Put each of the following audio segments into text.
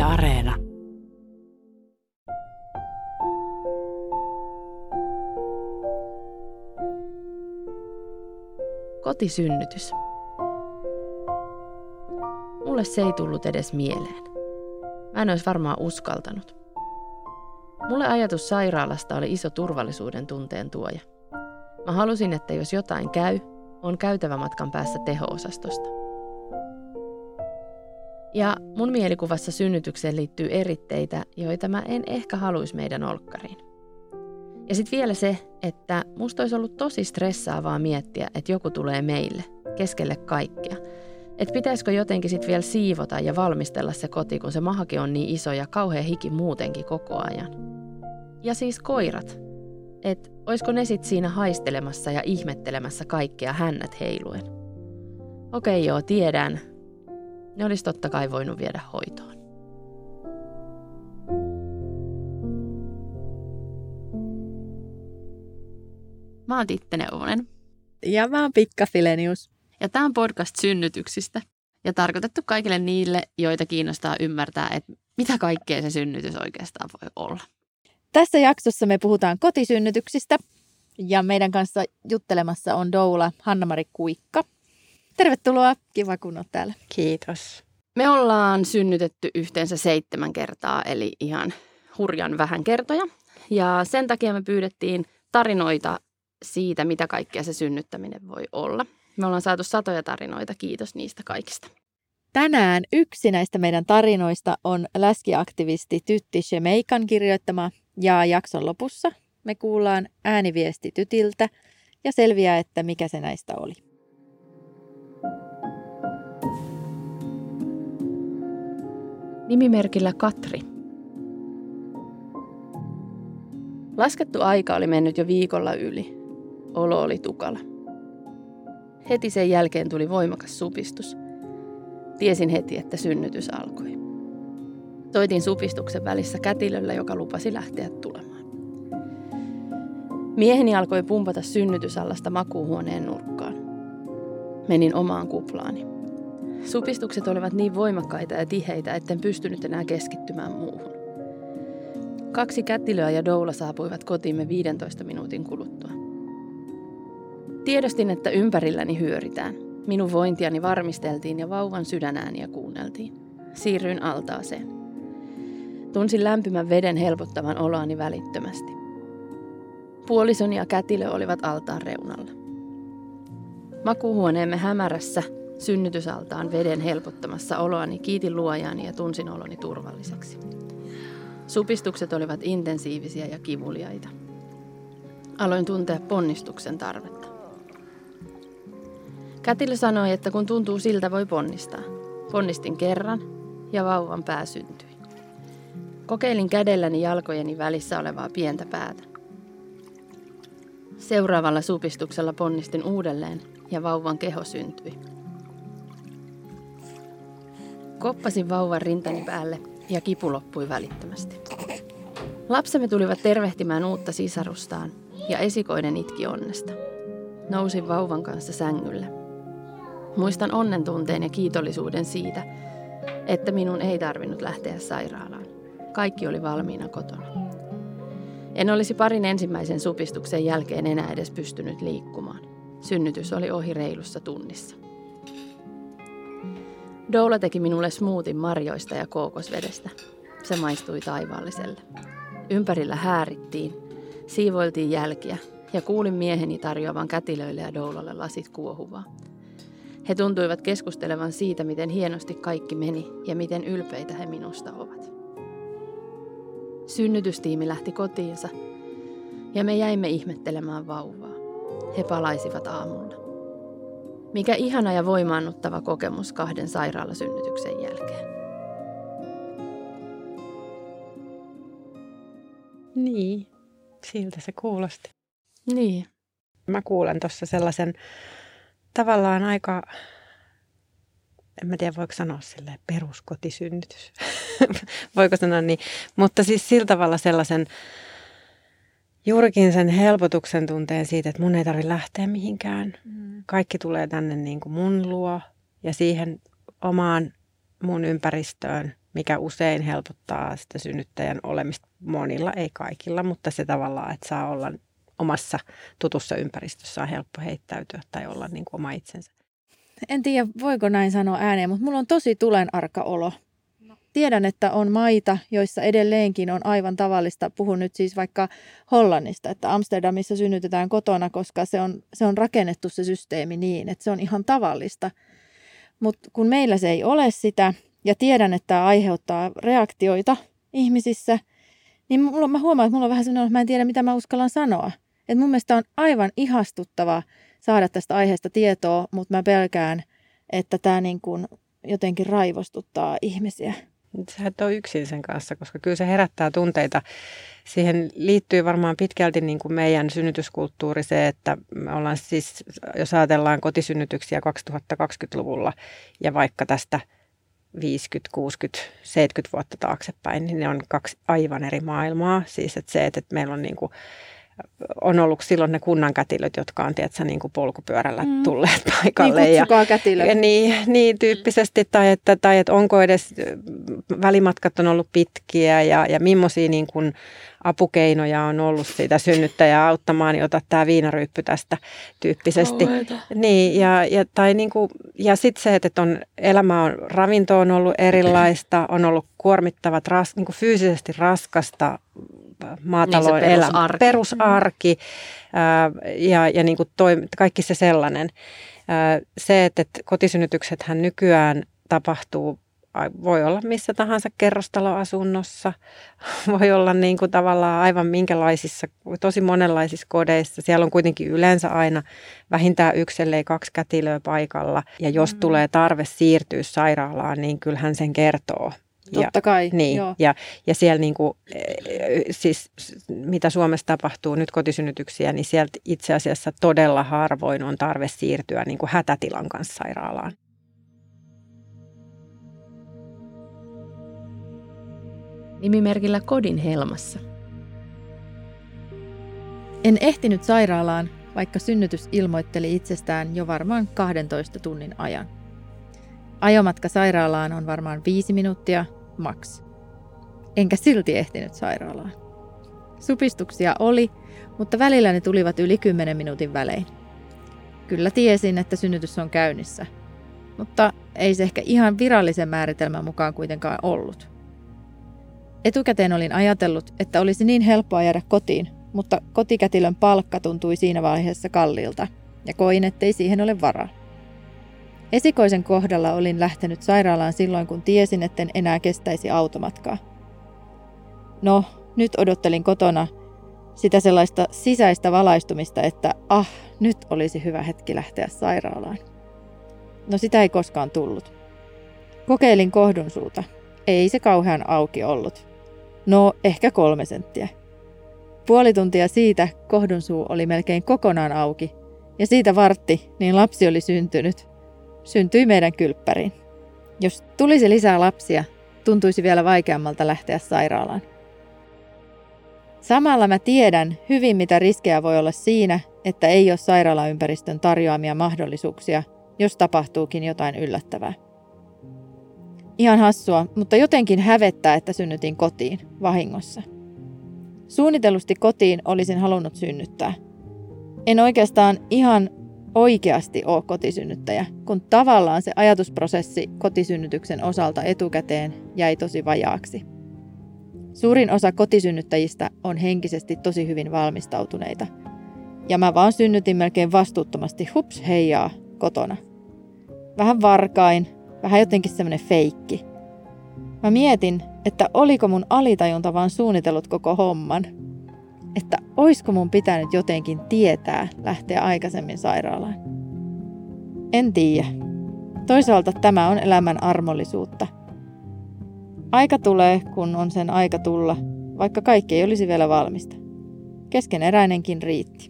Areena. Kotisynnytys. Mulle se ei tullut edes mieleen. Mä en olisi varmaan uskaltanut. Mulle ajatus sairaalasta oli iso turvallisuuden tunteen tuoja. Mä halusin, että jos jotain käy, on käytävä matkan päässä teho-osastosta. Ja mun mielikuvassa synnytykseen liittyy eritteitä, joita mä en ehkä haluaisi meidän olkkariin. Ja sitten vielä se, että musta olisi ollut tosi stressaavaa miettiä, että joku tulee meille, keskelle kaikkea. Että pitäisikö jotenkin sitten vielä siivota ja valmistella se koti, kun se mahakin on niin iso ja kauhea hiki muutenkin koko ajan. Ja siis koirat. Että olisiko ne sitten siinä haistelemassa ja ihmettelemässä kaikkea hännät heiluen. Okei joo, tiedän. Ne olisi totta kai voinut viedä hoitoon. Mä oon Titte Neuvonen. Ja mä oon Pikka Filenius. Ja tää on podcast synnytyksistä. Ja tarkoitettu kaikille niille, joita kiinnostaa ymmärtää, että mitä kaikkea se synnytys oikeastaan voi olla. Tässä jaksossa me puhutaan kotisynnytyksistä. Ja meidän kanssa juttelemassa on doula Hanna-Mari Kuikka. Tervetuloa, kiva kun oot täällä. Kiitos. Me ollaan synnytetty yhteensä 7 kertaa, eli ihan hurjan vähän kertoja. Ja sen takia me pyydettiin tarinoita siitä, mitä kaikkea se synnyttäminen voi olla. Me ollaan saatu satoja tarinoita, kiitos niistä kaikista. Tänään yksi näistä meidän tarinoista on läskiaktivisti Tytti Shemeikan kirjoittama, ja jakson lopussa me kuullaan ääniviesti Tytiltä ja selviää, että mikä se näistä oli. Nimimerkillä Katri. Laskettu aika oli mennyt jo viikolla yli. Olo oli tukala. Heti sen jälkeen tuli voimakas supistus. Tiesin heti, että synnytys alkoi. Soitin supistuksen välissä kätilöllä, joka lupasi lähteä tulemaan. Mieheni alkoi pumpata synnytysallasta makuuhuoneen nurkkaan. Menin omaan kuplaani. Supistukset olivat niin voimakkaita ja tiheitä, etten pystynyt enää keskittymään muuhun. 2 kätilöä ja doula saapuivat kotiimme 15 minuutin kuluttua. Tiedostin, että ympärilläni hyöritään. Minun vointiani varmisteltiin ja vauvan sydänääniä kuunneltiin. Siirryin altaaseen. Tunsin lämpimän veden helpottavan oloani välittömästi. Puolisoni ja kätilö olivat altaan reunalla. Makuuhuoneemme hämärässä synnytysaltaan veden helpottamassa oloani kiitin luojaani ja tunsin oloni turvalliseksi. Supistukset olivat intensiivisiä ja kivuliaita. Aloin tuntea ponnistuksen tarvetta. Kätilö sanoi, että kun tuntuu siltä, voi ponnistaa. Ponnistin kerran ja vauvan pää syntyi. Kokeilin kädelläni jalkojeni välissä olevaa pientä päätä. Seuraavalla supistuksella ponnistin uudelleen ja vauvan keho syntyi. Koppasin vauvan rintani päälle ja kipu loppui välittömästi. Lapsemme tulivat tervehtimään uutta sisarustaan ja esikoinen itki onnesta. Nousin vauvan kanssa sängylle. Muistan onnen tunteen ja kiitollisuuden siitä, että minun ei tarvinnut lähteä sairaalaan. Kaikki oli valmiina kotona. En olisi parin ensimmäisen supistuksen jälkeen enää edes pystynyt liikkumaan. Synnytys oli ohi reilussa tunnissa. Doula teki minulle smoothien marjoista ja kookosvedestä. Se maistui taivaalliselle. Ympärillä häärittiin, siivoiltiin jälkiä ja kuulin mieheni tarjoavan kätilöille ja doulalle lasit kuohuvaa. He tuntuivat keskustelevan siitä, miten hienosti kaikki meni ja miten ylpeitä he minusta ovat. Synnytystiimi lähti kotiinsa ja me jäimme ihmettelemään vauvaa. He palaisivat aamulla. Mikä ihana ja voimaannuttava kokemus 2 sairaalasynnytyksen jälkeen. Niin, siltä se kuulosti. Niin. Mä kuulen tuossa sellaisen tavallaan aika, en mä tiedä voiko sanoa silleen peruskotisynnytys. Voiko sanoa niin, mutta siis sillä tavalla sellaisen juurikin sen helpotuksen tunteen siitä, että mun ei tarvitse lähteä mihinkään. Kaikki tulee tänne niin kuin mun luo ja siihen omaan mun ympäristöön, mikä usein helpottaa sitä synnyttäjän olemista monilla, ei kaikilla, mutta se tavallaan, että saa olla omassa tutussa ympäristössä on helppo heittäytyä tai olla niin kuin oma itsensä. En tiedä, voiko näin sanoa ääneen, mutta mulla on tosi tulenarka olo. Tiedän, että on maita, joissa edelleenkin on aivan tavallista, puhun nyt siis vaikka Hollannista, että Amsterdamissa synnytetään kotona, koska se on rakennettu se systeemi niin, että se on ihan tavallista. Mutta kun meillä se ei ole sitä, ja tiedän, että tämä aiheuttaa reaktioita ihmisissä, niin mä huomaan, että mulla on vähän sellainen, että mä en tiedä, mitä mä uskallan sanoa. Et mun mielestä on aivan ihastuttavaa saada tästä aiheesta tietoa, mutta mä pelkään, että tämä niin kuin jotenkin raivostuttaa ihmisiä. Sä et ole yksin sen kanssa, koska kyllä se herättää tunteita. Siihen liittyy varmaan pitkälti niin kuin meidän synnytyskulttuuri se, että me ollaan siis, jos ajatellaan kotisynnytyksiä 2020-luvulla ja vaikka tästä 50, 60, 70 vuotta taaksepäin, niin ne on kaksi aivan eri maailmaa. Siis että se, että meillä on, niin kuin, on ollut silloin ne kunnan kätilöt, jotka on tiedätkö, niin kuin polkupyörällä tulleet paikalle. Niin kutsukaa kätilö. Niin tyyppisesti, tai että onko edes välimatkat on ollut pitkiä ja millaisia niin kuin apukeinoja on ollut siitä synnyttäjää auttamaan, niin ota tämä viinaryyppy tästä tyyppisesti. Niin, ja sitten se, että ravinto on ollut erilaista, on ollut kuormittavat, niin kuin fyysisesti raskasta maatalouden perusarki ja niin kuin kaikki se sellainen. Se, että kotisynnytyksethän nykyään tapahtuu, voi olla missä tahansa kerrostaloasunnossa, voi olla niin kuin tavallaan aivan minkälaisissa, tosi monenlaisissa kodeissa. Siellä on kuitenkin yleensä aina vähintään 1 ellei 2 kätilöä paikalla. Ja jos tulee tarve siirtyä sairaalaan, niin kyllähän sen kertoo. Totta kai, niin, joo. Ja siellä niin kuin, siis mitä Suomessa tapahtuu nyt kotisynnytyksiä, niin sieltä itse asiassa todella harvoin on tarve siirtyä niin kuin hätätilan kanssa sairaalaan. Nimimerkillä Kodin Helmassa. En ehtinyt sairaalaan, vaikka synnytys ilmoitteli itsestään jo varmaan 12 tunnin ajan. Ajomatka sairaalaan on varmaan 5 minuuttia, maks. Enkä silti ehtinyt sairaalaan. Supistuksia oli, mutta välillä ne tulivat yli 10 minuutin välein. Kyllä tiesin, että synnytys on käynnissä, mutta ei se ehkä ihan virallisen määritelmän mukaan kuitenkaan ollut. Etukäteen olin ajatellut, että olisi niin helppoa jäädä kotiin, mutta kotikätilön palkka tuntui siinä vaiheessa kalliilta, ja koin, ettei siihen ole varaa. Esikoisen kohdalla olin lähtenyt sairaalaan silloin, kun tiesin, etten enää kestäisi automatkaa. No, nyt odottelin kotona sitä sellaista sisäistä valaistumista, että nyt olisi hyvä hetki lähteä sairaalaan. No sitä ei koskaan tullut. Kokeilin kohdunsuuta. Ei se kauhean auki ollut. No, ehkä 3 senttiä. Puoli tuntia siitä kohdunsuu oli melkein kokonaan auki, ja siitä vartti, niin lapsi oli syntynyt. Syntyi meidän kylppäriin. Jos tulisi lisää lapsia, tuntuisi vielä vaikeammalta lähteä sairaalaan. Samalla mä tiedän hyvin, mitä riskejä voi olla siinä, että ei ole sairaalaympäristön tarjoamia mahdollisuuksia, jos tapahtuukin jotain yllättävää. Ihan hassua, mutta jotenkin hävettää, että synnytin kotiin, vahingossa. Suunnitellusti kotiin olisin halunnut synnyttää. En oikeastaan ihan oikeasti ole kotisynnyttäjä, kun tavallaan se ajatusprosessi kotisynnytyksen osalta etukäteen jäi tosi vajaaksi. Suurin osa kotisynnyttäjistä on henkisesti tosi hyvin valmistautuneita. Ja mä vaan synnytin melkein vastuuttomasti hups heijaa kotona. Vähän varkain, vähän jotenkin semmoinen feikki. Mä mietin, että oliko mun alitajunta vaan suunnitellut koko homman. Että oisko mun pitänyt jotenkin tietää lähteä aikaisemmin sairaalaan. En tiedä. Toisaalta tämä on elämän armollisuutta. Aika tulee, kun on sen aika tulla, vaikka kaikki ei olisi vielä valmista. Keskeneräinenkin riitti.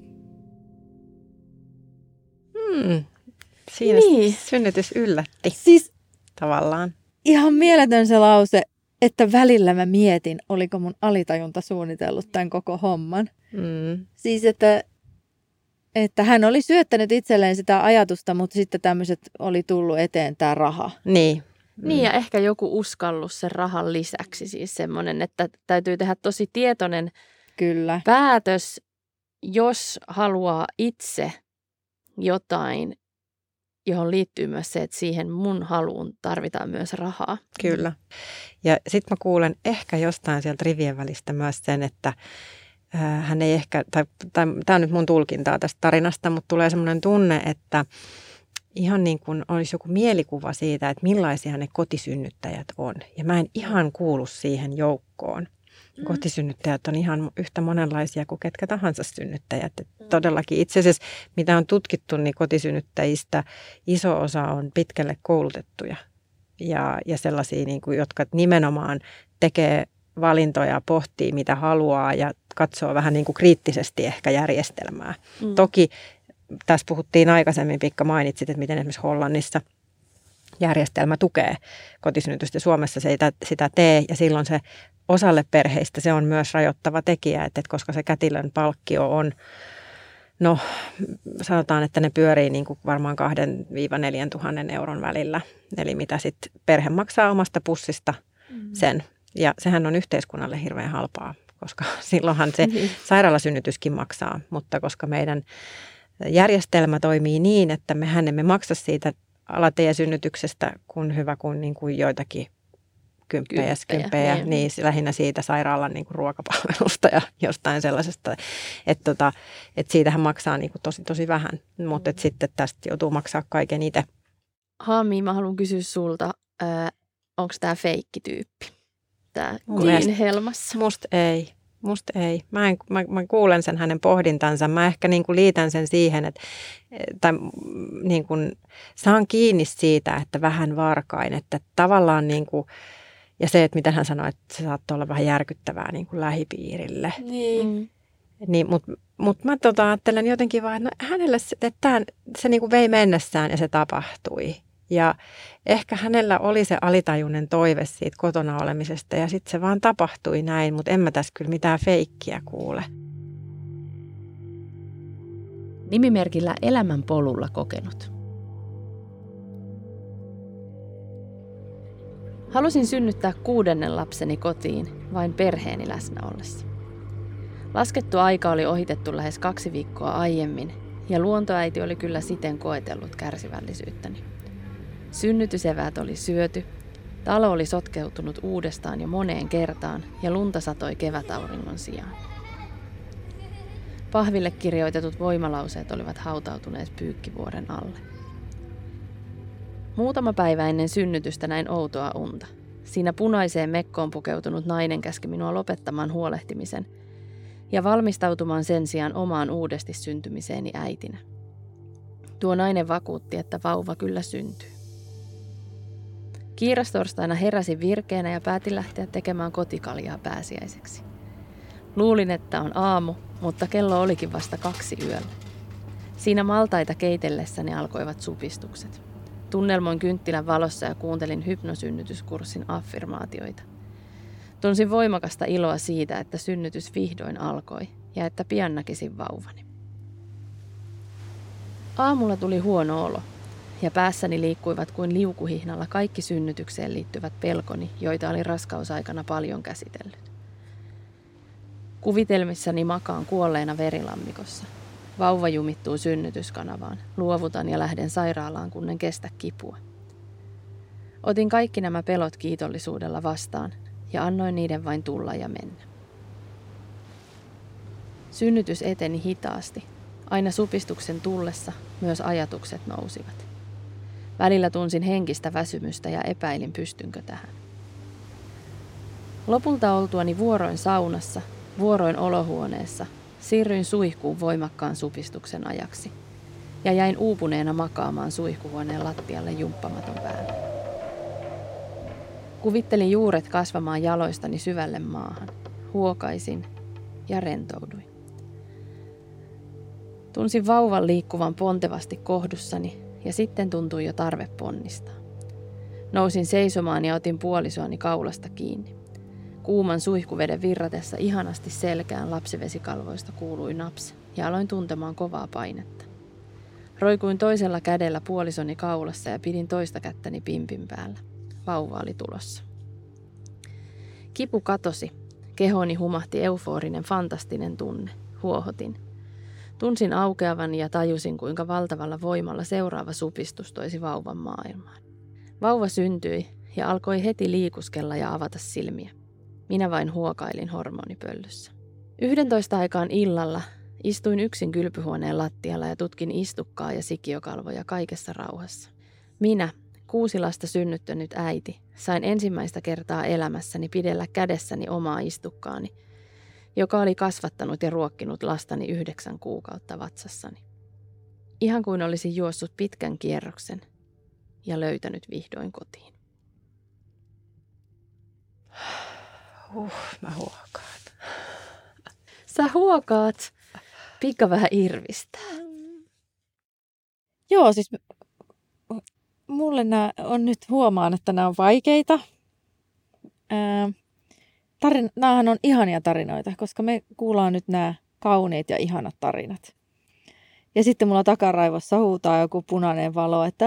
Siinä synnytys yllätti. Siis tavallaan. Ihan mieletön se lause, että välillä mä mietin, oliko mun alitajunta suunnitellut tämän koko homman. Siis, että hän oli syöttänyt itselleen sitä ajatusta, mutta sitten tämmöiset oli tullut eteen tämä raha. Niin. Niin ja ehkä joku uskallus sen rahan lisäksi, siis semmoinen, että täytyy tehdä tosi tietoinen Kyllä. päätös, jos haluaa itse jotain, johon liittyy myös se, että siihen mun haluun tarvitaan myös rahaa. Kyllä. Ja sitten mä kuulen ehkä jostain sieltä rivien välistä myös sen, että hän ei ehkä, tai tämä on nyt mun tulkintaa tästä tarinasta, mutta tulee semmoinen tunne, että ihan niin kuin olisi joku mielikuva siitä, että millaisia ne kotisynnyttäjät on. Ja mä en ihan kuulu siihen joukkoon. Kotisynnyttäjät on ihan yhtä monenlaisia kuin ketkä tahansa synnyttäjät. Todellakin itse asiassa, mitä on tutkittu, niin kotisynnyttäjistä iso osa on pitkälle koulutettuja. Ja sellaisia, niin kuin, jotka nimenomaan tekee valintoja, pohtii mitä haluaa ja katsoo vähän niin kuin kriittisesti ehkä järjestelmää. Toki tässä puhuttiin aikaisemmin, Pikka mainitsit, että miten esimerkiksi Hollannissa järjestelmä tukee kotisynnytystä. Suomessa se ei sitä tee ja silloin se osalle perheistä se on myös rajoittava tekijä, että koska se kätilön palkkio on, no sanotaan, että ne pyörii niin kuin varmaan 2,000–4 000 euron välillä. Eli mitä sitten perhe maksaa omasta pussista sen. Ja sehän on yhteiskunnalle hirveän halpaa, koska silloinhan se sairaalasynnytyskin maksaa, mutta koska meidän järjestelmä toimii niin, että mehän emme maksa siitä alateiäsynnytyksestä kun hyvä kuin, niin kuin joitakin kymppejä niin lähinnä siitä sairaalan niin kuin ruokapalvelusta ja jostain sellaisesta, että siitähän maksaa niin kuin tosi vähän, mutta sitten tästä joutuu maksaa kaiken itse. Hami, mä haluan kysyä sulta, onko tämä feikkityyppi, tämä kodin Helmassa? Musta ei. Mä kuulen sen hänen pohdintansa. Mä ehkä niin kuin liitän sen siihen, että tai niin kuin saan kiinni siitä, että vähän varkain, että tavallaan niin kuin, ja se, että mitä hän sanoi, että se saattoi olla vähän järkyttävää niin kuin lähipiirille. Niin, mutta mä ajattelen jotenkin vaan, että no, hänelle se niin kuin vei mennessään ja se tapahtui. Ja ehkä hänellä oli se alitajuinen toive siitä kotona olemisesta ja sitten se vaan tapahtui näin, mutta en mä tässä kyllä mitään feikkiä kuule. Nimimerkillä Elämän polulla kokenut. Halusin synnyttää 6. lapseni kotiin vain perheeni läsnä ollessa. Laskettu aika oli ohitettu lähes 2 viikkoa aiemmin ja luontoäiti oli kyllä siten koetellut kärsivällisyyttäni. Synnytyseväät oli syöty, talo oli sotkeutunut uudestaan jo moneen kertaan ja lunta satoi kevätauringon sijaan. Pahville kirjoitetut voimalauseet olivat hautautuneet pyykkivuoren alle. Muutama päivä ennen synnytystä näin outoa unta. Siinä punaiseen mekkoon pukeutunut nainen käski minua lopettamaan huolehtimisen ja valmistautumaan sen sijaan omaan uudesti syntymiseeni äitinä. Tuo nainen vakuutti, että vauva kyllä syntyy. Kiirastorstaina heräsin virkeänä ja päätin lähteä tekemään kotikaljaa pääsiäiseksi. Luulin, että on aamu, mutta kello olikin vasta 2 yöllä. Siinä maltaita keitellessäni alkoivat supistukset. Tunnelmoin kynttilän valossa ja kuuntelin hypnosynnytyskurssin affirmaatioita. Tunsin voimakasta iloa siitä, että synnytys vihdoin alkoi ja että pian näkisin vauvani. Aamulla tuli huono olo ja päässäni liikkuivat kuin liukuhihnalla kaikki synnytykseen liittyvät pelkoni, joita oli raskausaikana paljon käsitellyt. Kuvitelmissani makaan kuolleena verilammikossa. Vauva jumittuu synnytyskanavaan. Luovutan ja lähden sairaalaan, kun en kestä kipua. Otin kaikki nämä pelot kiitollisuudella vastaan ja annoin niiden vain tulla ja mennä. Synnytys eteni hitaasti. Aina supistuksen tullessa myös ajatukset nousivat. Välillä tunsin henkistä väsymystä ja epäilin, pystynkö tähän. Lopulta oltuani vuoroin saunassa, vuoroin olohuoneessa, siirryin suihkuun voimakkaan supistuksen ajaksi ja jäin uupuneena makaamaan suihkuhuoneen lattialle jumppamaton päälle. Kuvittelin juuret kasvamaan jaloistani syvälle maahan, huokaisin ja rentouduin. Tunsin vauvan liikkuvan pontevasti kohdussani ja sitten tuntui jo tarve ponnistaa. Nousin seisomaan ja otin puolisoani kaulasta kiinni. Kuuman suihkuveden virratessa ihanasti selkään lapsivesikalvoista kuului naps ja aloin tuntemaan kovaa painetta. Roikuin toisella kädellä puolisoni kaulassa ja pidin toista kättäni pimpin päällä. vauva oli tulossa. Kipu katosi. Kehoni humahti euforinen, fantastinen tunne. Huohotin. Tunsin aukeavan ja tajusin, kuinka valtavalla voimalla seuraava supistus toisi vauvan maailmaan. Vauva syntyi ja alkoi heti liikuskella ja avata silmiä. Minä vain huokailin hormonipöllyssä. 11 aikaan illalla istuin yksin kylpyhuoneen lattialla ja tutkin istukkaa ja sikiökalvoja kaikessa rauhassa. Minä, 6 lasta synnyttänyt äiti, sain ensimmäistä kertaa elämässäni pidellä kädessäni omaa istukkaani, joka oli kasvattanut ja ruokkinut lastani 9 kuukautta vatsassani. Ihan kuin olisin juossut pitkän kierroksen ja löytänyt vihdoin kotiin. Mä huokaan. Sä huokaat. Pika vähän irvistä. Joo, siis mulle nämä on nyt, huomaan, että nämä on vaikeita. Nämähän on ihania tarinoita, koska me kuullaan nyt nämä kauniit ja ihanat tarinat. Ja sitten mulla takaraivossa huutaa joku punainen valo, että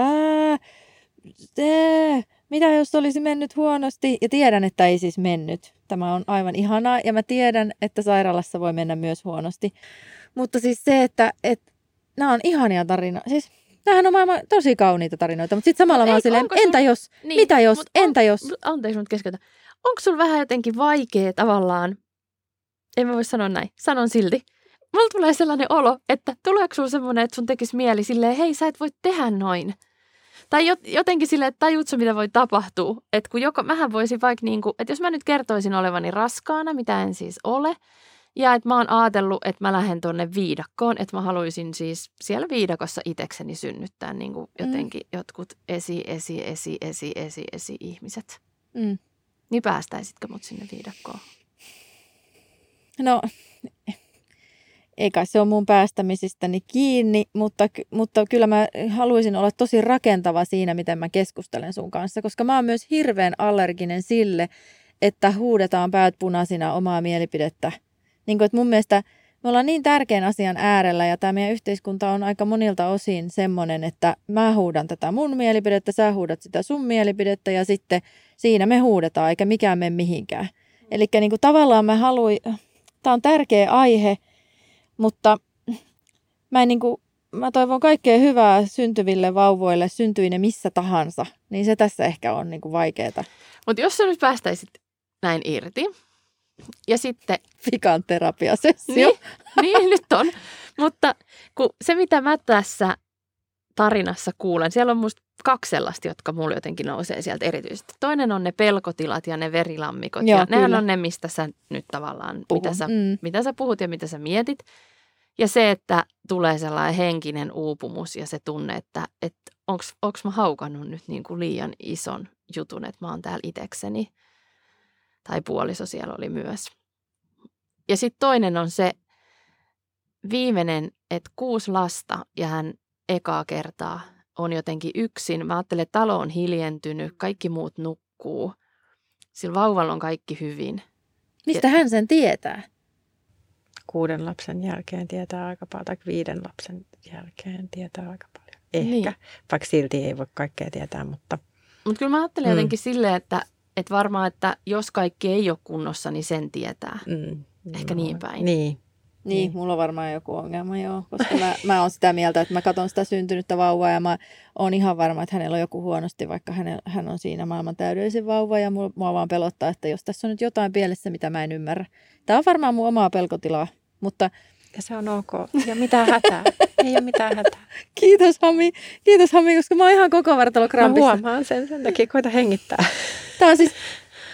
mitä jos olisi mennyt huonosti? Ja tiedän, että ei siis mennyt. Tämä on aivan ihanaa ja mä tiedän, että sairaalassa voi mennä myös huonosti. Mutta siis se, että nämä on ihania tarinoita. Siis nämähän on maailman tosi kauniita tarinoita, mutta sitten samalla mä oon silleen, entä jos, niin, mitä jos, entä jos? Anteeksi, mut keskeytä. Onko sulla vähän jotenkin vaikea tavallaan, en mä voi sanoa näin, sanon silti. Mulla tulee sellainen olo, että tuleeko sulla semmoinen, että sun tekisi mieli silleen, hei sä et voi tehdä noin. Tai jotenkin silleen, että tajutko mitä voi tapahtua. Että kun mähän voisin vaikka niinku, että jos mä nyt kertoisin olevani raskaana, mitä en siis ole. Ja että mä oon ajatellut, että mä lähden tuonne viidakkoon, että mä haluaisin siis siellä viidakossa itekseni synnyttää niinku jotenkin jotkut esi ihmiset. Niin päästäisitkö mut sinne viidakkoon? No, eikä se ole mun päästämisistäni kiinni, mutta kyllä mä haluaisin olla tosi rakentava siinä, miten mä keskustelen sun kanssa, koska mä oon myös hirveän allerginen sille, että huudetaan päät punaisina omaa mielipidettä. Niin kuin, että mun mielestä me ollaan niin tärkeän asian äärellä ja tämä meidän yhteiskunta on aika monilta osin semmoinen, että mä huudan tätä mun mielipidettä, sä huudat sitä sun mielipidettä ja sitten siinä me huudetaan eikä mikään mene mihinkään. Eli niin kuin tavallaan tämä on tärkeä aihe, mutta mä toivon kaikkea hyvää syntyville vauvoille, syntyi ne missä tahansa, niin se tässä ehkä on niin kuin vaikeaa. Mutta jos sä nyt päästäisit näin irti ja sitten Fikan terapiasessio. Niin nyt on. Mutta se mitä mä tässä tarinassa kuulen, siellä on musta 2 sellaista, jotka mulle jotenkin nousee sieltä erityisesti. Toinen on ne pelkotilat ja ne verilammikot. Joo, ja nehän on ne, mistä sä nyt tavallaan, mitä sä puhut ja mitä sä mietit. Ja se, että tulee sellainen henkinen uupumus ja se tunne, että onko mä haukannut nyt niin kuin liian ison jutun, että mä oon täällä itekseni. Tai puoliso siellä oli myös. Ja sitten toinen on se viimeinen, että 6 lasta ja hän ekaa kertaa on jotenkin yksin. Mä ajattelen, että talo on hiljentynyt, kaikki muut nukkuu. Sillä vauvalla on kaikki hyvin. Mistä hän sen tietää? 6 lapsen jälkeen tietää aika paljon, tai 5 lapsen jälkeen tietää aika paljon. Ehkä, niin. Vaikka silti ei voi kaikkea tietää, mutta... Mutta kyllä mä ajattelen jotenkin silleen, että varmaan, että jos kaikki ei ole kunnossa, niin sen tietää. Ehkä niin päin. Niin, mulla on varmaan joku ongelma, joo. Koska mä oon sitä mieltä, että mä katson sitä syntynyttä vauvaa ja mä oon ihan varma, että hänellä on joku huonosti, vaikka hän on siinä maailman täydellisin vauva. Ja mua vaan pelottaa, että jos tässä on nyt jotain pielessä, mitä mä en ymmärrä. Tää on varmaan mun omaa pelkotilaa, mutta... Ja se on ok. Ei ole mitään hätää. Ei ole mitään hätää. Kiitos Hami, koska mä oon ihan koko vartalo krampissa. Mä huomaan sen takia, koita hengittää. Tää on siis,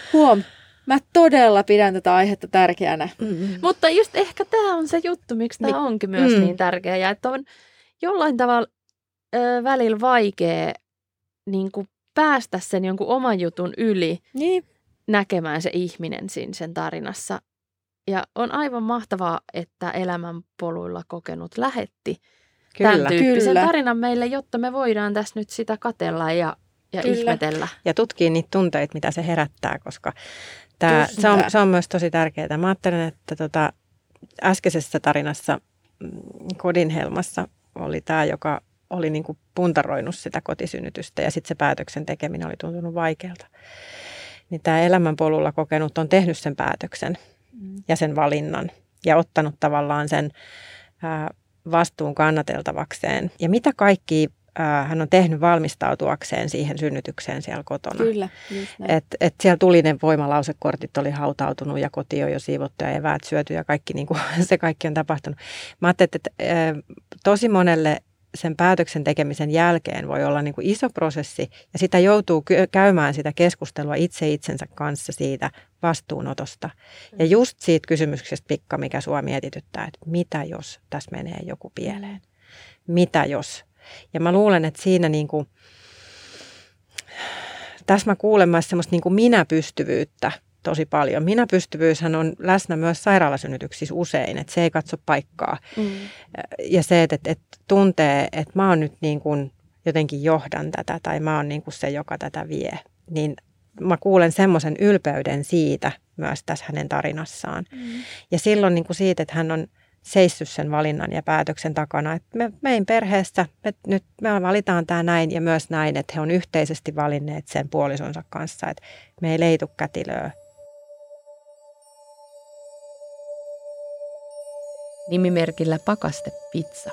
mä todella pidän tätä aihetta tärkeänä. Mutta just ehkä tämä on se juttu, miksi tämä onkin myös niin tärkeä. Ja että on jollain tavalla välillä vaikea niin kuin päästä sen jonkun oman jutun yli näkemään se ihminen siinä sen tarinassa. Ja on aivan mahtavaa, että elämänpoluilla kokenut lähetti tämän tyyppisen tarinan meille, jotta me voidaan tässä nyt sitä katsella ja ihmetellä. Ja tutkii niitä tunteita, mitä se herättää, koska se on myös tosi tärkeää. Mä ajattelen, että äskeisessä tarinassa Kodin Helmassa oli tämä, joka oli niin kuin puntaroinut sitä kotisynnytystä ja sitten se päätöksen tekeminen oli tuntunut vaikealta. Niin tämä elämänpolulla kokenut on tehnyt sen päätöksen ja sen valinnan ja ottanut tavallaan sen vastuun kannateltavakseen. Ja mitä kaikki hän on tehnyt valmistautuakseen siihen synnytykseen siellä kotona. Kyllä, just näin. Et siellä tuli ne voimalausekortit, oli hautautunut ja koti on jo siivottu ja eväät syöty ja kaikki, niin kuin, se kaikki on tapahtunut. Mä ajattelin, että tosi monelle sen päätöksen tekemisen jälkeen voi olla niin kuin iso prosessi ja sitä joutuu käymään sitä keskustelua itse itsensä kanssa siitä vastuunotosta. Ja just siitä kysymyksestä, Pikka, mikä sua mietityttää, että mitä jos tässä menee joku pieleen? Mitä jos? Ja mä luulen, että siinä niin kuin, tässä mä kuulen myös semmoista niin kuin minäpystyvyyttä tosi paljon. Minäpystyvyyshän on läsnä myös sairaalasynnytyksissä usein, että se ei katso paikkaa. Ja se, että tuntee, että mä oon nyt niin kuin jotenkin johdan tätä tai mä oon niin kuin se, joka tätä vie. Niin mä kuulen semmoisen ylpeyden siitä myös tässä hänen tarinassaan. Ja silloin niin kuin siitä, että hän on seissyt sen valinnan ja päätöksen takana, että meidän perheessä, että nyt me valitaan tämä näin ja myös näin, että he on yhteisesti valinneet sen puolisonsa kanssa, että me ei leitu kätilöä. Nimimerkillä pakastepizza.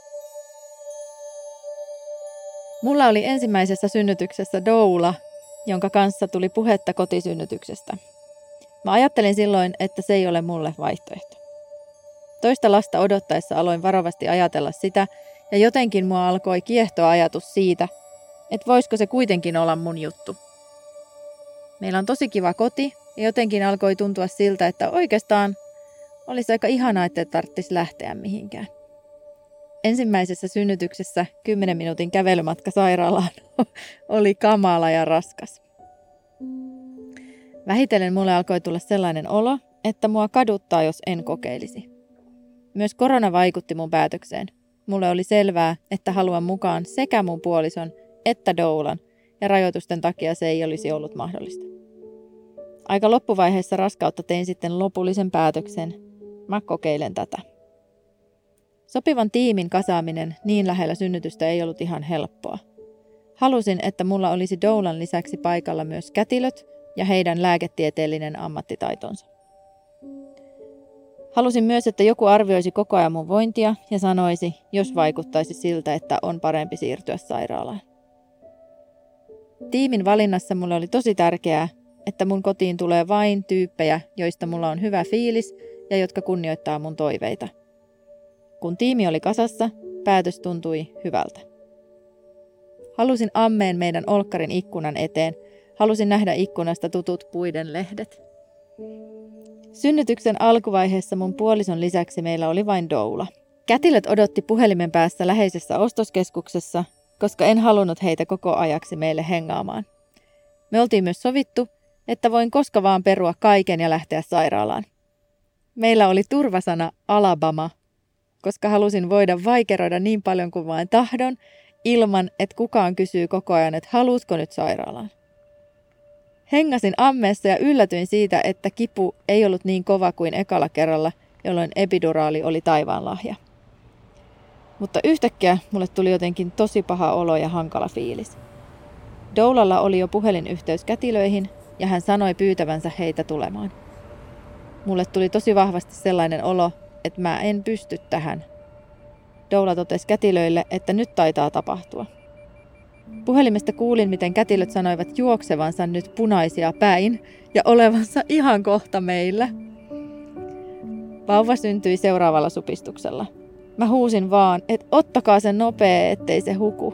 Mulla oli ensimmäisessä synnytyksessä doula, jonka kanssa tuli puhetta kotisynnytyksestä. Mä ajattelin silloin, että se ei ole mulle vaihtoehto. Toista lasta odottaessa aloin varovasti ajatella sitä, ja jotenkin mua alkoi kiehtoa ajatus siitä, että voisiko se kuitenkin olla mun juttu. Meillä on tosi kiva koti, ja jotenkin alkoi tuntua siltä, että oikeastaan olisi aika ihanaa, että ei tarvitsisi lähteä mihinkään. Ensimmäisessä synnytyksessä 10 minuutin kävelymatka sairaalaan oli kamala ja raskas. Vähitellen mulle alkoi tulla sellainen olo, että mua kaduttaa, jos en kokeilisi. Myös korona vaikutti mun päätökseen. Mulle oli selvää, että haluan mukaan sekä mun puolison että doulan, ja rajoitusten takia se ei olisi ollut mahdollista. Aika loppuvaiheessa raskautta tein sitten lopullisen päätöksen. Mä kokeilen tätä. Sopivan tiimin kasaaminen niin lähellä synnytystä ei ollut ihan helppoa. Halusin, että mulla olisi doulan lisäksi paikalla myös kätilöt ja heidän lääketieteellinen ammattitaitonsa. Halusin myös, että joku arvioisi koko ajan mun vointia ja sanoisi, jos vaikuttaisi siltä, että on parempi siirtyä sairaalaan. Tiimin valinnassa mulle oli tosi tärkeää, että mun kotiin tulee vain tyyppejä, joista mulla on hyvä fiilis ja jotka kunnioittaa mun toiveita. Kun tiimi oli kasassa, päätös tuntui hyvältä. Halusin ammeen meidän olkkarin ikkunan eteen. Halusin nähdä ikkunasta tutut puiden lehdet. Synnytyksen alkuvaiheessa mun puolison lisäksi meillä oli vain doula. Kätilöt odotti puhelimen päässä läheisessä ostoskeskuksessa, koska en halunnut heitä koko ajaksi meille hengaamaan. Me oltiin myös sovittu, että voin koska vaan perua kaiken ja lähteä sairaalaan. Meillä oli turvasana Alabama, koska halusin voida vaikeroida niin paljon kuin vain tahdon, ilman että kukaan kysyy koko ajan, että haluatko nyt sairaalaan. Hengasin ammeessa ja yllätyin siitä, että kipu ei ollut niin kova kuin ekalla kerralla, jolloin epiduraali oli taivaanlahja. Mutta yhtäkkiä mulle tuli jotenkin tosi paha olo ja hankala fiilis. Doulalla oli jo puhelinyhteys kätilöihin ja hän sanoi pyytävänsä heitä tulemaan. Mulle tuli tosi vahvasti sellainen olo, että mä en pysty tähän. Doula totesi kätilöille, että nyt taitaa tapahtua. Puhelimesta kuulin, miten kätilöt sanoivat juoksevansa nyt punaisia päin ja olevansa ihan kohta meillä. Vauva syntyi seuraavalla supistuksella. Mä huusin vaan, että ottakaa sen nopea, ettei se huku.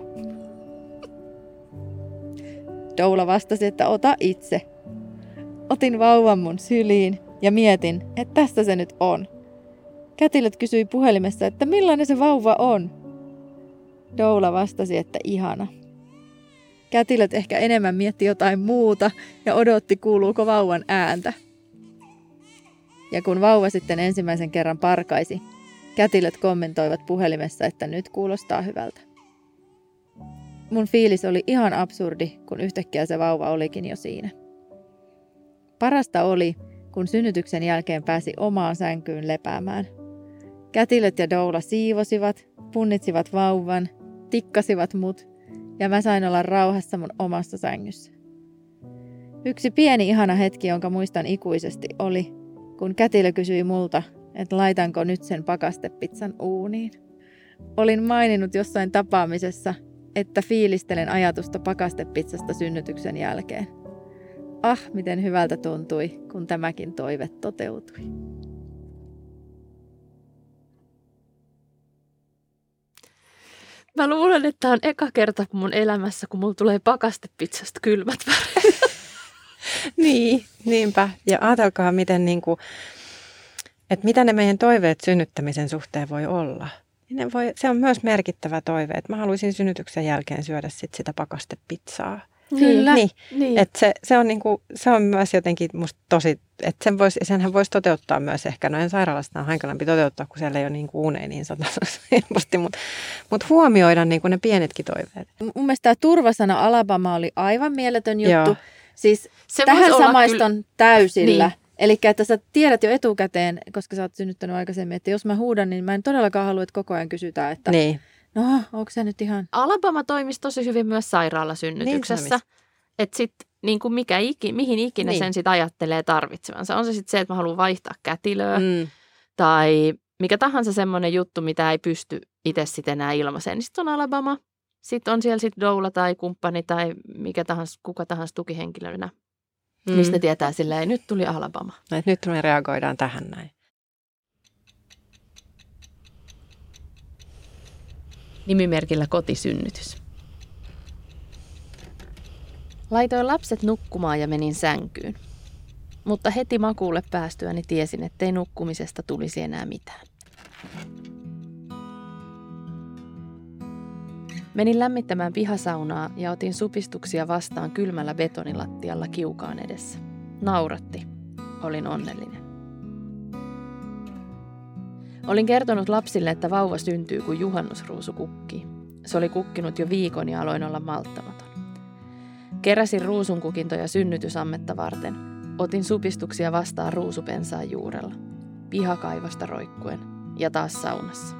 Doula vastasi, että ota itse. Otin vauvan mun syliin ja mietin, että tässä se nyt on. Kätilöt kysyi puhelimessa, että millainen se vauva on. Doula vastasi, että ihana. Kätilöt ehkä enemmän mietti jotain muuta ja odotti, kuuluuko vauvan ääntä. Ja kun vauva sitten ensimmäisen kerran parkaisi, kätilöt kommentoivat puhelimessa, että nyt kuulostaa hyvältä. Mun fiilis oli ihan absurdi, kun yhtäkkiä se vauva olikin jo siinä. Parasta oli, kun synnytyksen jälkeen pääsi omaan sänkyyn lepäämään. Kätilöt ja doula siivosivat, punnitsivat vauvan, tikkasivat mut ja mä sain olla rauhassa mun omassa sängyssä. Yksi pieni ihana hetki, jonka muistan ikuisesti, oli, kun kätilö kysyi multa, että laitanko nyt sen pakastepizzan uuniin. Olin maininnut jossain tapaamisessa, että fiilistelen ajatusta pakastepizzasta synnytyksen jälkeen. Ah, miten hyvältä tuntui, kun tämäkin toive toteutui. Mä luulen, että tämä on eka kerta mun elämässä, kun mulla tulee pakastepizzasta kylmät väreet. Niin, niinpä. Ja ajatelkaa, miten että mitä ne meidän toiveet synnyttämisen suhteen voi olla. Se on myös merkittävä toive, että mä haluaisin synnytyksen jälkeen syödä sitä pakastepizzaa. Kyllä. Niin. Että se on myös jotenkin musta tosi, että senhän voisi toteuttaa myös ehkä, no en sairaalasta on hankalampi toteuttaa, kun siellä ei ole uuneja niin helposti, mutta huomioida ne pienetkin toiveet. Mun mielestä tämä turvasana Alabama oli aivan mieletön juttu. Joo. Siis se tähän samaiston täysillä. Niin. Eli että sä tiedät jo etukäteen, koska sä oot synnyttänyt aikaisemmin, että jos mä huudan, niin mä en todellakaan halua, että koko ajan kysytään, että niin. No, onko se nyt ihan... Alabama toimisi tosi hyvin myös sairaalasynnytyksessä. Että sitten mihin ikinä sen sitten ajattelee tarvitsevansa. On se sitten se, että mä haluan vaihtaa kätilöä tai mikä tahansa semmoinen juttu, mitä ei pysty itse sitten enää ilmaiseen. Niin sitten on Alabama. Sitten on siellä sitten doula tai kumppani tai kuka tahansa tukihenkilönä. Mistä tietää silleen, nyt tuli Alabama. No, nyt me reagoidaan tähän näin. Nimimerkillä kotisynnytys. Laitoin lapset nukkumaan ja menin sänkyyn. Mutta heti makuulle päästyäni tiesin, ettei nukkumisesta tulisi enää mitään. Menin lämmittämään pihasaunaa ja otin supistuksia vastaan kylmällä betonilattialla kiukaan edessä. Nauratti. Olin onnellinen. Olin kertonut lapsille, että vauva syntyy, kun juhannusruusu kukkii. Se oli kukkinut jo viikon ja aloin olla malttamaton. Keräsin ruusunkukintoja synnytysammetta varten. Otin supistuksia vastaan ruusupensaan juurella. Pihakaivasta roikkuen ja taas saunassa.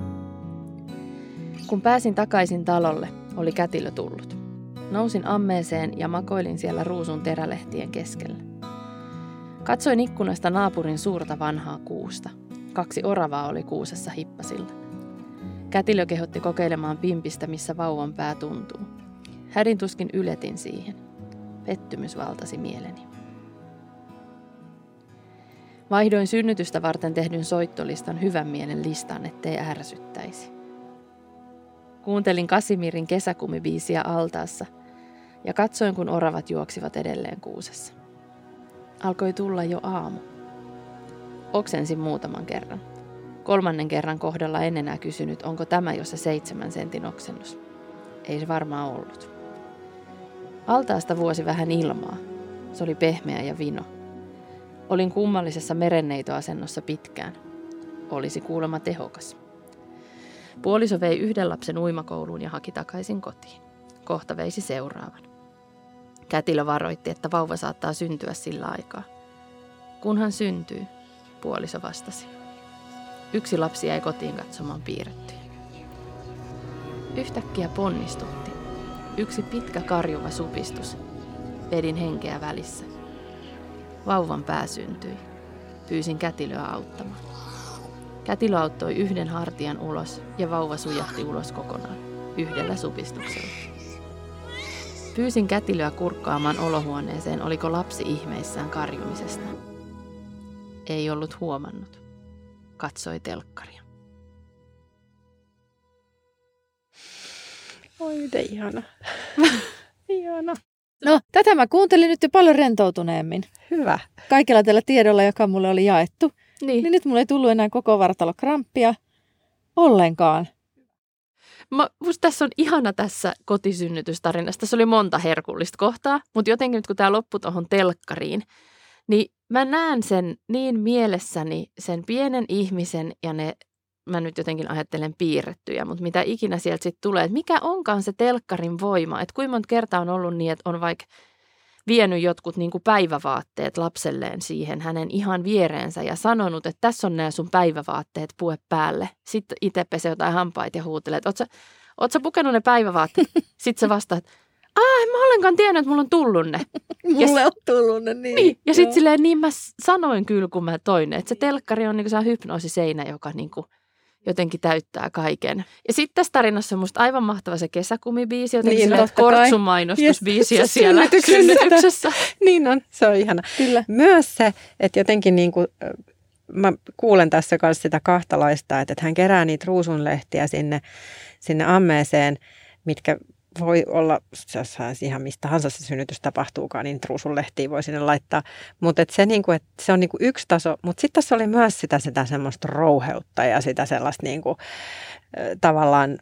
Kun pääsin takaisin talolle, oli kätilö tullut. Nousin ammeeseen ja makoilin siellä ruusun terälehtien keskellä. Katsoin ikkunasta naapurin suurta vanhaa kuusta. 2 oravaa oli kuusessa hippasilla. Kätilö kehotti kokeilemaan pimpistä, missä vauvan pää tuntuu. Hädin tuskin yletin siihen. Pettymys valtasi mieleni. Vaihdoin synnytystä varten tehdyn soittolistan hyvän mielen listaan, ettei ärsyttäisi. Kuuntelin Kasimirin kesäkumibiisiä altaassa ja katsoin, kun oravat juoksivat edelleen kuusessa. Alkoi tulla jo aamu. Oksensin muutaman kerran. 3. kerran kohdalla en enää kysynyt, onko tämä jo se 7 sentin oksennus. Ei se varmaan ollut. Altaasta vuosi vähän ilmaa. Se oli pehmeä ja vino. Olin kummallisessa merenneitoasennossa pitkään. Olisi kuulemma tehokas. Puoliso vei 1 lapsen uimakouluun ja haki takaisin kotiin. Kohta veisi seuraavan. Kätilö varoitti, että vauva saattaa syntyä sillä aikaa. Kunhan syntyy, puoliso vastasi. 1 lapsi jäi kotiin katsomaan piirrettyjä. Yhtäkkiä ponnistutti. 1 pitkä karjuva supistus. Vedin henkeä välissä. Vauvan pää syntyi. Pyysin kätilöä auttamaan. Kätilö auttoi 1 hartian ulos ja vauva sujahti ulos kokonaan. 1 supistuksella. Pyysin kätilöä kurkkaamaan olohuoneeseen, oliko lapsi ihmeissään karjumisesta. Ei ollut huomannut. Katsoi telkkaria. Oi, miten ihana. Ihana. No, tätä mä kuuntelin nyt jo paljon rentoutuneemmin. Hyvä. Kaikella tällä tiedolla, joka mulle oli jaettu. Niin. Niin nyt mulle ei tullut enää koko vartalokramppia ollenkaan. Musta tässä on ihana tässä kotisynnytystarinassa. Tässä oli monta herkullista kohtaa, mutta jotenkin nyt kun tämä loppui tuohon telkkariin, niin mä näen sen niin mielessäni, sen pienen ihmisen ja ne, mä nyt jotenkin ajattelen piirrettyjä, mutta mitä ikinä sieltä sitten tulee, että mikä onkaan se telkkarin voima, että kuinka monta kertaa on ollut niin, että on vaikka vienyt jotkut niin kuin päivävaatteet lapselleen siihen hänen ihan viereensä ja sanonut, että tässä on nämä sun päivävaatteet, pue päälle. Sitten itse pesee jotain hampaita ja huutelee, että oot sä pukenut ne päivävaatteet? Sitten sä vastaat, en mä ollenkaan tiennyt, että mulla on tullut ne. Mulle on tullut ne, niin. Ja sitten silleen, niin mä sanoin kyllä, kun mä toin ne. Että se telkkari on niin kuin se hypnoosiseinä, joka niin kuin jotenkin täyttää kaiken. Ja sitten tässä tarinassa on musta aivan mahtava se kesäkumibiisi, jotenkin niin, kortsumainostusbiisiä siellä synnytyksessä. Niin on, se on ihana. Kyllä. Myös se, että jotenkin niin kuin, mä kuulen tässä myös sitä kahtalaista, että hän kerää niitä ruusunlehtiä sinne ammeeseen, mitkä voi olla, ihan mistä tahansa se synnytys tapahtuukaan, niin ruusunlehtiä voi sinne laittaa. Mutta se, niinku, se on niinku yksi taso, mutta sitten tässä oli myös sitä semmoista rouheutta ja sitä sellaista niinku, tavallaan,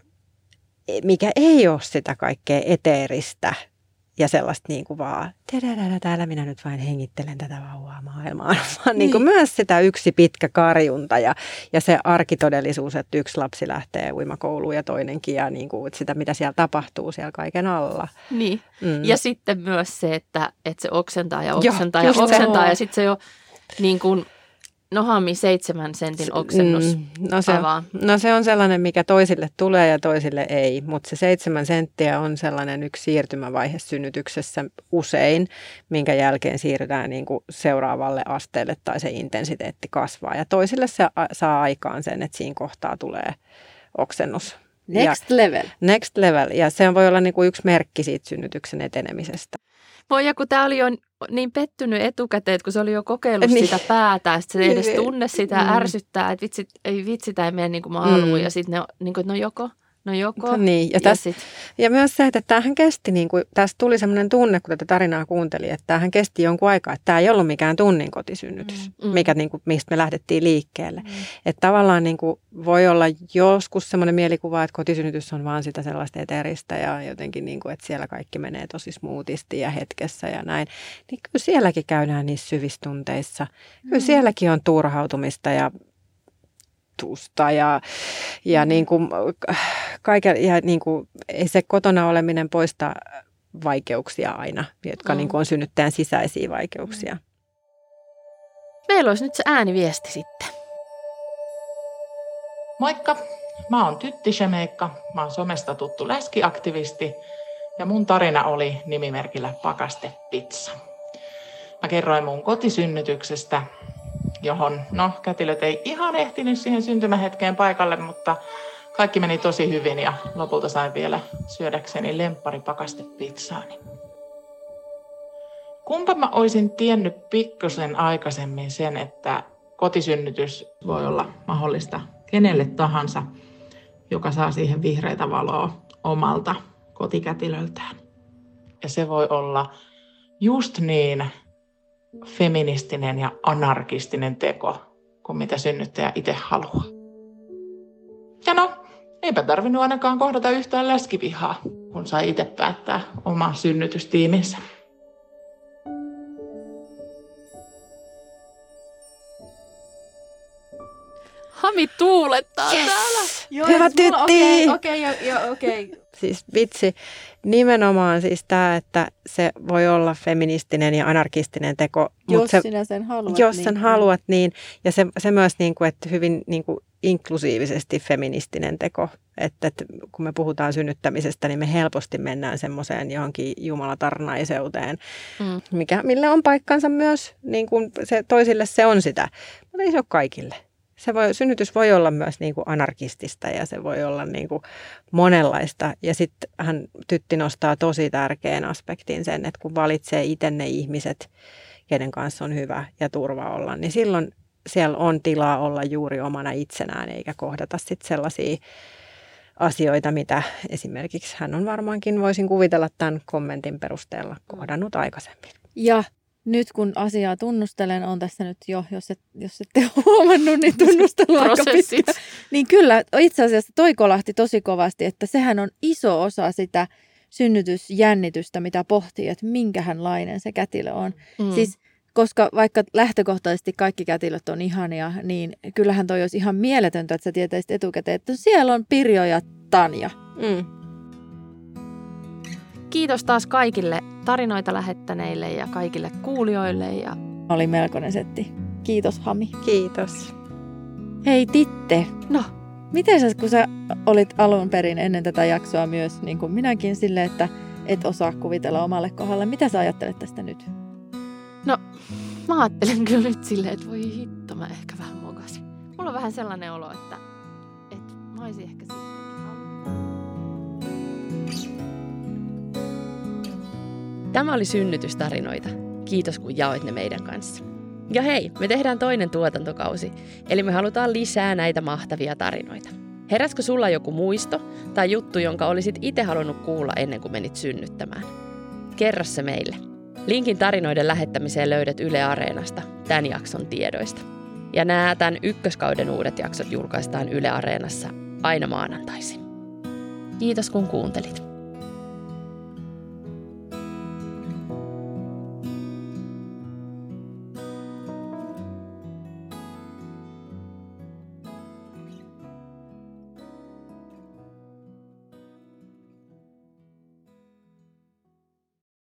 mikä ei ole sitä kaikkea eteeristä ja sellaista niinku vaan, täällä minä nyt vain hengittelen tätä vauvaa maailmaan, vaan niinku myös sitä yksi pitkä karjunta ja se arkitodellisuus, että yksi lapsi lähtee uimakouluun ja toinenkin ja niinku, sitä, mitä siellä tapahtuu siellä kaiken alla. Niin, ja sitten myös se, että se oksentaa ja oksentaa ja oksentaa ja sitten se jo niin kuin Hami 7 sentin oksennus No se on sellainen, mikä toisille tulee ja toisille ei, mutta se 7 senttiä on sellainen yksi siirtymävaihe synnytyksessä usein, minkä jälkeen siirrytään niin kuin seuraavalle asteelle tai se intensiteetti kasvaa. Ja toisille se saa aikaan sen, että siinä kohtaa tulee oksennus. Next level. Ja se voi olla niin kuin yksi merkki siitä synnytyksen etenemisestä. Voi ja kun tämä oli jo niin pettynyt etukäteen, että kun se oli jo kokeillut sitä päätä, että se ei edes tunne sitä ärsyttää, että vitsi, tämä ei mene niin kuin mä haluan. Ja sitten ne niin kuin, no joko. Niin, ja myös se, että tämähän kesti, niin kuin, tästä tuli sellainen tunne, kun tätä tarinaa kuunteli, että tämähän kesti jonkun aikaa, että tämä ei ollut mikään tunnin kotisynnytys, mikä, niin kuin, mistä me lähdettiin liikkeelle. Että tavallaan niin kuin, voi olla joskus sellainen mielikuva, että kotisynnytys on vaan sitä sellaista eteeristä ja jotenkin, niin kuin, että siellä kaikki menee tosi smoothisti ja hetkessä ja näin. Niin kyllä sielläkin käydään niissä syvistunteissa. Kyllä sielläkin on turhautumista ja ja niin kuin ja niin kuin ei se kotona oleminen poista vaikeuksia aina, jotka niin kuin on synnyttäjän sisäisiä vaikeuksia. Meillä olisi nyt se ääniviesti sitten. Moikka, mä oon Tytti Shemeikka, mä oon somesta tuttu läskiaktivisti ja mun tarina oli nimimerkillä Pakastepizza. Mä kerroin mun kotisynnytyksestä, johon, kätilöt ei ihan ehtinyt siihen syntymähetkeen paikalle, mutta kaikki meni tosi hyvin ja lopulta sain vielä syödäkseni lemparipakastepizzaani. Kumpa mä olisin tiennyt pikkusen aikaisemmin sen, että kotisynnytys voi olla mahdollista kenelle tahansa, joka saa siihen vihreitä valoa omalta kotikätilöltään. Ja se voi olla just niin feministinen ja anarkistinen teko, kuin mitä synnyttäjä itse haluaa. Ja eipä tarvinnut ainakaan kohdata yhtään läskivihaa, kun sai itse päättää oman synnytystiiminsä. Hami tuulettaa täällä. Joo, hyvä Tytti! Okei. Siis vitsi, nimenomaan siis tämä, että se voi olla feministinen ja anarkistinen teko. Jos sinä sen haluat. Jos sen haluat, niin. Ja se myös, niin kuin, että hyvin niin kuin inklusiivisesti feministinen teko. Että kun me puhutaan synnyttämisestä, niin me helposti mennään semmoiseen johonkin jumalatarnaiseuteen, mille on paikkansa myös. Niin kuin toisille se on sitä, mutta ei se ole kaikille. Synnytys voi olla myös niin kuin anarkistista ja se voi olla niin kuin monenlaista. Ja sitten Tytti nostaa tosi tärkeän aspektin sen, että kun valitsee itse ne ihmiset, kenen kanssa on hyvä ja turva olla, niin silloin siellä on tilaa olla juuri omana itsenään eikä kohdata sitten sellaisia asioita, mitä esimerkiksi hän on varmaankin, voisin kuvitella tämän kommentin perusteella, kohdannut aikaisemmin. Ja nyt kun asiaa tunnustelen, on tässä nyt jo, jos ette ole huomannut, niin tunnustelu aika pitkä. Niin kyllä, itse asiassa toi kolahti tosi kovasti, että sehän on iso osa sitä synnytysjännitystä, mitä pohtii, että minkähänlainen se kätilö on. Siis, koska vaikka lähtökohtaisesti kaikki kätilöt on ihania, niin kyllähän toi olisi ihan mieletöntä, että sä tietäisit etukäteen, että siellä on Pirjo ja Tanja. Kiitos taas kaikille tarinoita lähettäneille ja kaikille kuulijoille. Oli melkoinen setti. Kiitos Hami. Kiitos. Hei Titte. No? Miten sä, kun sä olit alun perin ennen tätä jaksoa myös, niin kuin minäkin, sille, että et osaa kuvitella omalle kohdalle, mitä sä ajattelet tästä nyt? No, mä ajattelen kyllä nyt silleen, että voi hitto, mä ehkä vähän mokasin. Mulla on vähän sellainen olo, että mä olisin ehkä sittenkin halunnut. Tämä oli Synnytystarinoita. Kiitos, kun jaoit ne meidän kanssa. Ja hei, me tehdään toinen tuotantokausi, eli me halutaan lisää näitä mahtavia tarinoita. Heräskö sulla joku muisto tai juttu, jonka olisit itse halunnut kuulla ennen kuin menit synnyttämään? Kerro se meille. Linkin tarinoiden lähettämiseen löydät Yle Areenasta tämän jakson tiedoista. Ja nämä tämän ykköskauden uudet jaksot julkaistaan Yle Areenassa aina maanantaisin. Kiitos kun kuuntelit.